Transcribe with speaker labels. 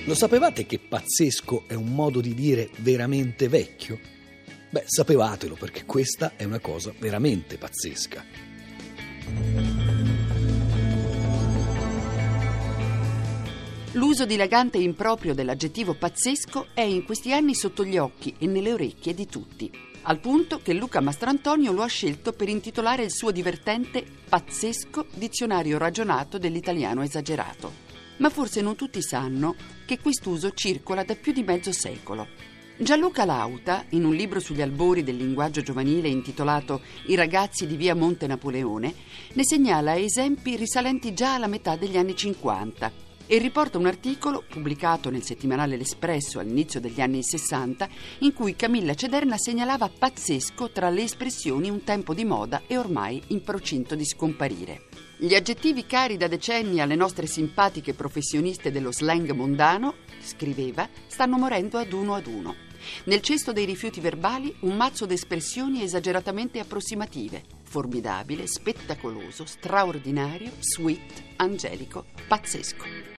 Speaker 1: Lo sapevate che pazzesco è un modo di dire veramente vecchio? Beh, sapevatelo, perché questa è una cosa veramente pazzesca.
Speaker 2: L'uso dilagante e improprio dell'aggettivo pazzesco è in questi anni sotto gli occhi e nelle orecchie di tutti, al punto che Luca Mastrantonio lo ha scelto per intitolare il suo divertente Pazzesco dizionario ragionato dell'italiano esagerato. Ma forse non tutti sanno che quest'uso circola da più di mezzo secolo. Gianluca Lauta, in un libro sugli albori del linguaggio giovanile intitolato I ragazzi di via Monte Napoleone, ne segnala esempi risalenti già alla metà degli anni 50 e riporta un articolo pubblicato nel settimanale L'Espresso all'inizio degli anni 60 in cui Camilla Cederna segnalava pazzesco tra le espressioni un tempo di moda e ormai in procinto di scomparire. Gli aggettivi cari da decenni alle nostre simpatiche professioniste dello slang mondano, scriveva, stanno morendo ad uno. Nel cesto dei rifiuti verbali un mazzo d'espressioni esageratamente approssimative: formidabile, spettacoloso, straordinario, sweet, angelico, pazzesco.